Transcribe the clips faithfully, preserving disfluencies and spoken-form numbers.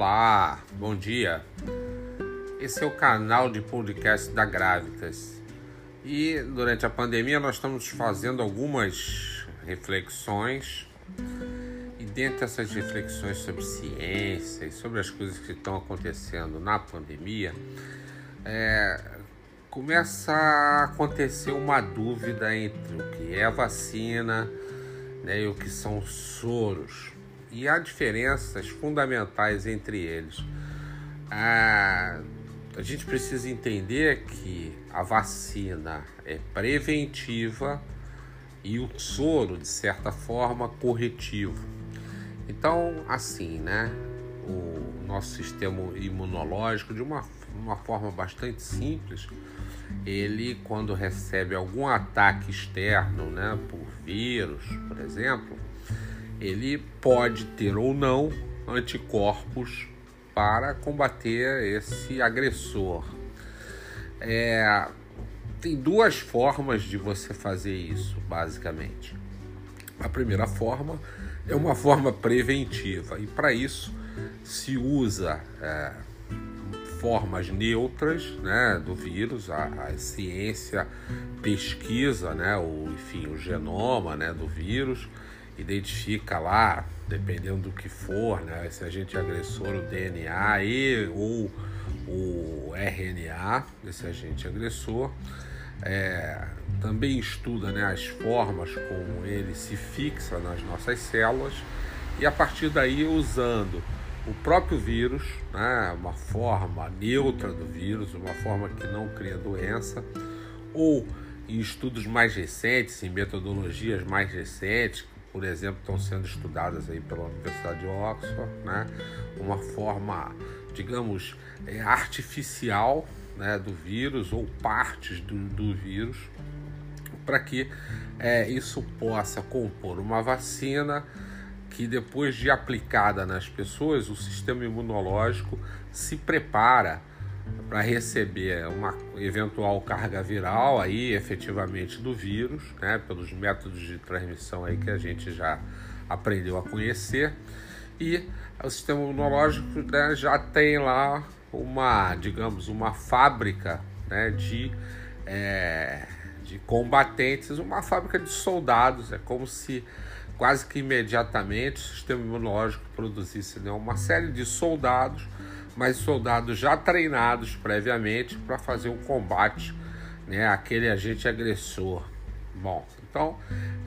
Olá, bom dia. Esse é o canal de podcast da Grávitas e durante a pandemia nós estamos fazendo algumas reflexões e dentre essas reflexões sobre ciência e sobre as coisas que estão acontecendo na pandemia, é, começa a acontecer uma dúvida entre o que é vacina, né, e o que são soros. E há diferenças fundamentais entre eles. A, a gente precisa entender que a vacina é preventiva e o soro, de certa forma, corretivo. Então, assim, né, o nosso sistema imunológico, de uma, uma forma bastante simples, ele, quando recebe algum ataque externo, né, por vírus, por exemplo, ele pode ter ou não anticorpos para combater esse agressor. É, tem duas formas de você fazer isso, basicamente. A primeira forma é uma forma preventiva, e para isso se usa é, formas neutras, né, do vírus. A, a ciência pesquisa, né, o, enfim, o genoma, né, do vírus, identifica lá, dependendo do que for, né, esse agente agressor, o D N A e ou o R N A desse agente agressor. É, também estuda, né, as formas como ele se fixa nas nossas células e a partir daí, usando o próprio vírus, né, uma forma neutra do vírus, uma forma que não cria doença, ou em estudos mais recentes, em metodologias mais recentes, por exemplo, estão sendo estudadas aí pela Universidade de Oxford, né, uma forma, digamos, é, artificial, né, do vírus ou partes do, do vírus, para que é, isso possa compor uma vacina que, depois de aplicada nas pessoas, o sistema imunológico se prepara para receber uma eventual carga viral aí, efetivamente, do vírus, né, pelos métodos de transmissão aí que a gente já aprendeu a conhecer, e o sistema imunológico, né, já tem lá uma, digamos, uma fábrica, né, de, é, de combatentes, uma fábrica de soldados. É como se quase que imediatamente o sistema imunológico produzisse, né, uma série de soldados, mas soldados já treinados previamente para fazer um combate, né, àquele agente agressor. Bom, então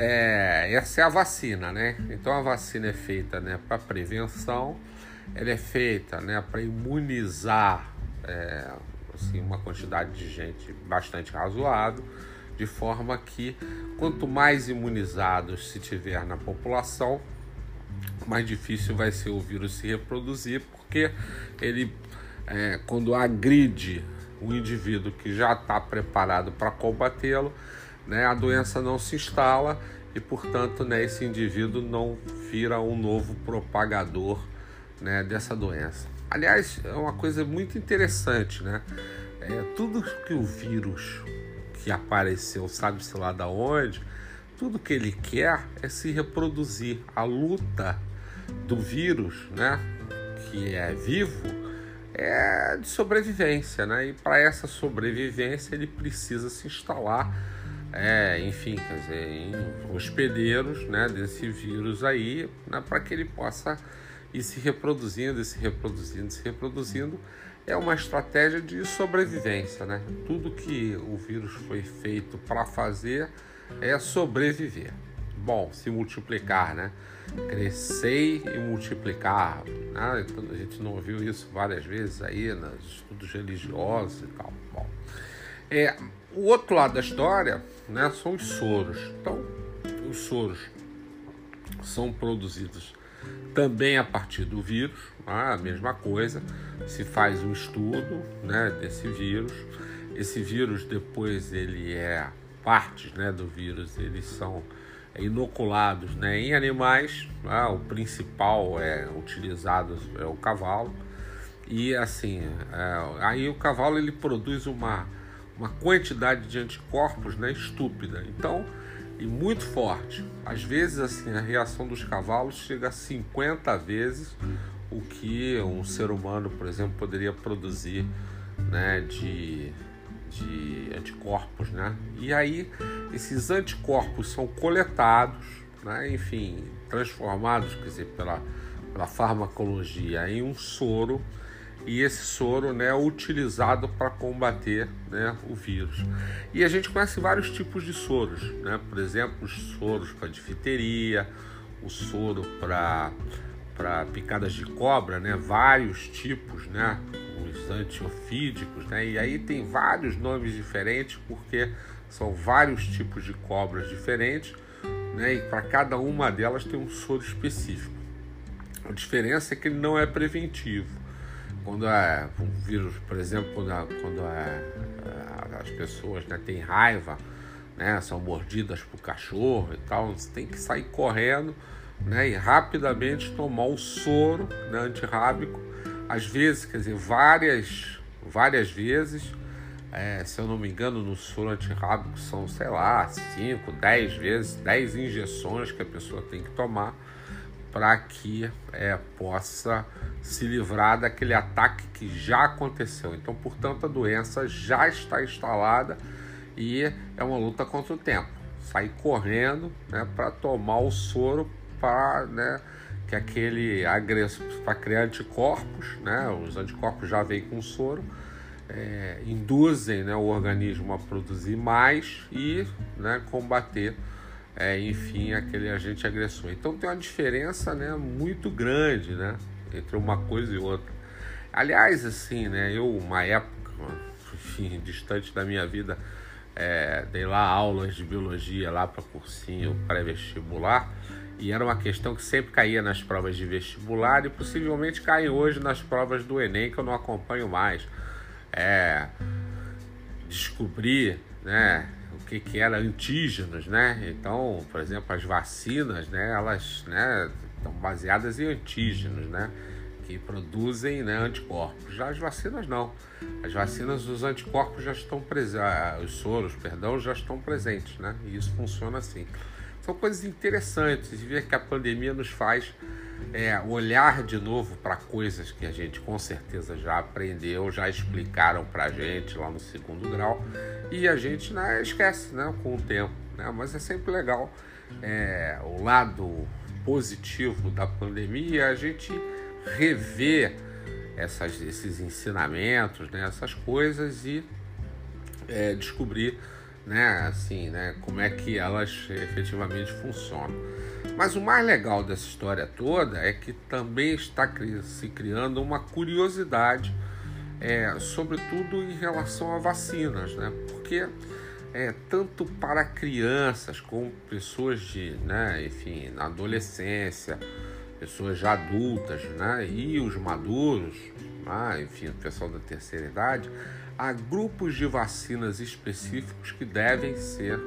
é, essa é a vacina, né? Então a vacina é feita, né, para prevenção, ela é feita, né, para imunizar é, assim, uma quantidade de gente bastante razoável, de forma que quanto mais imunizados se tiver na população, mais difícil vai ser o vírus se reproduzir, porque ele, é, quando agride o indivíduo que já está preparado para combatê-lo, né, a doença não se instala e, portanto, né, esse indivíduo não vira um novo propagador, né, dessa doença. Aliás, é uma coisa muito interessante, né? É, tudo que o vírus que apareceu, sabe-se lá da onde, tudo que ele quer é se reproduzir. A luta do vírus, né, que é vivo, é de sobrevivência, né? E para essa sobrevivência ele precisa se instalar, é, enfim, quer dizer, em hospedeiros, né, desse vírus aí, né, para que ele possa ir se reproduzindo, e se reproduzindo, se reproduzindo. É uma estratégia de sobrevivência, né? Tudo que o vírus foi feito para fazer é sobreviver. Bom, se multiplicar, né? Crescer e multiplicar, né? Então, a gente não ouviu isso várias vezes aí nos estudos religiosos e tal. Bom, é, o outro lado da história, né, são os soros. Então, os soros são produzidos também a partir do vírus, a mesma coisa. Se faz um estudo, né, desse vírus. Esse vírus, depois, ele é partes, né, do vírus, eles são inoculados, né, em animais. Ah, o principal é utilizado é o cavalo. E assim, é, aí o cavalo ele produz uma, uma quantidade de anticorpos, né, estúpida. Então, e muito forte. Às vezes, assim, a reação dos cavalos chega a cinquenta vezes o que um ser humano, por exemplo, poderia produzir, né, de, de anticorpos, né? E aí esses anticorpos são coletados, né, enfim, transformados, quer dizer, pela, pela farmacologia em um soro, e esse soro, né, é utilizado para combater, né, o vírus. E a gente conhece vários tipos de soros, né? Por exemplo, os soros para difteria, o soro para para picadas de cobra, né? Vários tipos, né? Os antiofídicos, né? E aí tem vários nomes diferentes porque são vários tipos de cobras diferentes, né? E para cada uma delas tem um soro específico. A diferença é que ele não é preventivo. Quando é um vírus, por exemplo, quando, é, quando é, é, as pessoas, né, têm raiva, né, são mordidas por cachorro e tal, você tem que sair correndo, né, e rapidamente tomar o soro, né, antirrábico, às vezes, quer dizer, várias, várias vezes, é, se eu não me engano, no soro antirrábico são, sei lá, cinco, dez vezes, dez injeções que a pessoa tem que tomar para que é, possa se livrar daquele ataque que já aconteceu. Então, portanto, a doença já está instalada e é uma luta contra o tempo. Sair correndo, né, para tomar o soro para, né, que aquele agressor, para criar anticorpos, né, os anticorpos já vêm com soro, é, induzem, né, o organismo a produzir mais e, né, combater É, enfim, aquele agente agressor. Então tem uma diferença, né, muito grande, né, entre uma coisa e outra. Aliás, assim, né, eu, uma época, enfim, distante da minha vida, é, dei lá aulas de biologia lá para cursinho pré-vestibular, e era uma questão que sempre caía nas provas de vestibular e possivelmente cai hoje nas provas do Enem, que eu não acompanho mais. É, descobrir, né, o que que era antígenos, né? Então, por exemplo, as vacinas, né, elas, né, estão baseadas em antígenos, né, que produzem, né, anticorpos. Já as vacinas não. As vacinas, os anticorpos já estão presentes, os soros, perdão, já estão presentes, né? E isso funciona assim. São coisas interessantes de ver que a pandemia nos faz é, olhar de novo para coisas que a gente com certeza já aprendeu, já explicaram para a gente lá no segundo grau, e a gente, né, esquece, né, com o tempo, né? Mas é sempre legal, é, o lado positivo da pandemia, a gente rever essas, esses ensinamentos, né, essas coisas e é, descobrir, né, assim, né, como é que elas efetivamente funcionam. Mas o mais legal dessa história toda é que também está cri- se criando uma curiosidade, é, sobretudo em relação a vacinas, né? Porque é, tanto para crianças como pessoas de, né, enfim, na adolescência, pessoas já adultas, né, e os maduros, né, enfim, o pessoal da terceira idade, há grupos de vacinas específicos que devem ser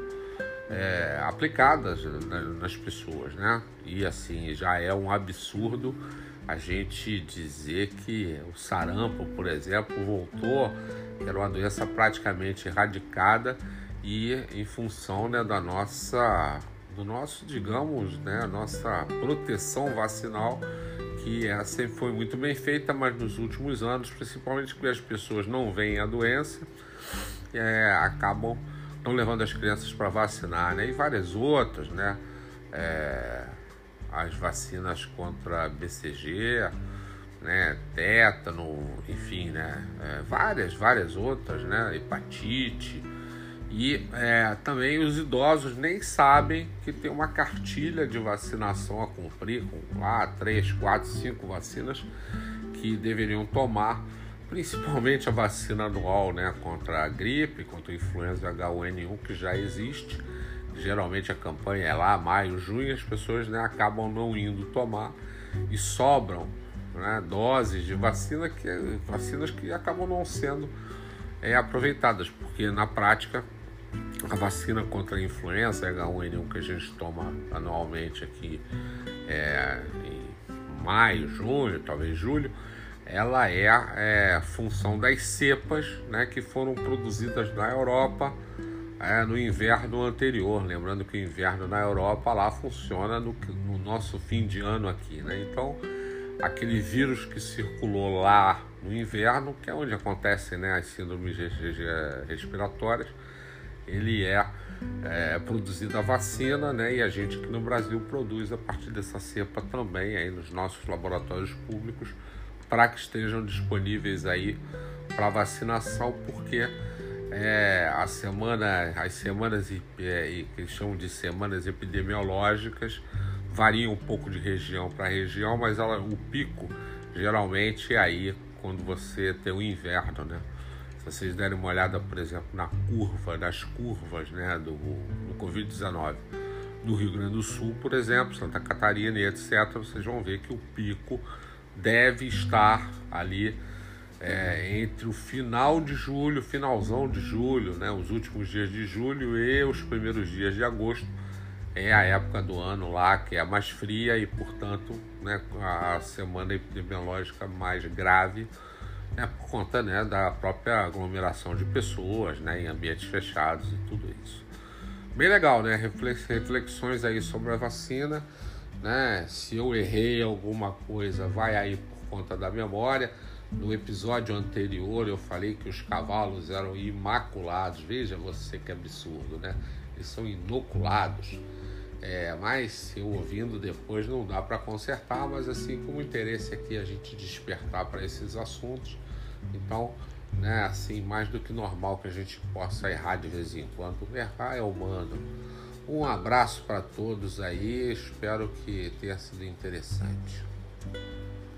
é, aplicadas nas pessoas, né? E assim, já é um absurdo a gente dizer que o sarampo, por exemplo, voltou, que era uma doença praticamente erradicada, e em função, né, da nossa, do nosso, digamos, né, nossa proteção vacinal, que é, sempre foi muito bem feita, mas nos últimos anos, principalmente porque as pessoas não veem a doença, é, acabam não levando as crianças para vacinar, né? E várias outras, né? É, as vacinas contra B C G, né? Tétano, enfim, né? É, várias, várias outras, né? Hepatite. E é, também os idosos nem sabem que tem uma cartilha de vacinação a cumprir, com lá três, quatro, cinco vacinas que deveriam tomar, principalmente a vacina anual, né, contra a gripe, contra a influenza H um N um, que já existe. Geralmente a campanha é lá, maio, junho, as pessoas, né, acabam não indo tomar e sobram, né, doses de vacina que, vacinas que acabam não sendo é, aproveitadas, porque na prática a vacina contra a influenza H um N um que a gente toma anualmente aqui é, em maio, junho, talvez julho, ela é, é função das cepas, né, que foram produzidas na Europa é, no inverno anterior. Lembrando que o inverno na Europa lá funciona no, no nosso fim de ano aqui, né? Então aquele vírus que circulou lá no inverno, que é onde acontecem, né, as síndromes respiratórias, ele é, é produzida a vacina, né, e a gente aqui no Brasil produz a partir dessa cepa também aí nos nossos laboratórios públicos para que estejam disponíveis aí para vacinação, porque é, a semana, as semanas é, que chamam de semanas epidemiológicas variam um pouco de região para região, mas ela, o pico geralmente é aí quando você tem o inverno, né? Se vocês derem uma olhada, por exemplo, na curva, nas curvas, né, do, do covid dezenove no Rio Grande do Sul, por exemplo, Santa Catarina e etcétera, vocês vão ver que o pico deve estar ali é, entre o final de julho, finalzão de julho, né, os últimos dias de julho e os primeiros dias de agosto. É a época do ano lá que é mais fria e, portanto, né, a semana epidemiológica mais grave, né, por conta, né, da própria aglomeração de pessoas, né, em ambientes fechados e tudo isso. Bem legal, né? Reflexões aí sobre a vacina, né? Se eu errei alguma coisa, vai aí por conta da memória. No episódio anterior eu falei que os cavalos eram imaculados. Veja você que absurdo, né? Eles são inoculados. É, mas eu ouvindo depois não dá para consertar, mas assim, com o interesse aqui a gente despertar para esses assuntos, então, né, assim, mais do que normal que a gente possa errar de vez em quando. Errar é humano. Um abraço para todos aí, espero que tenha sido interessante.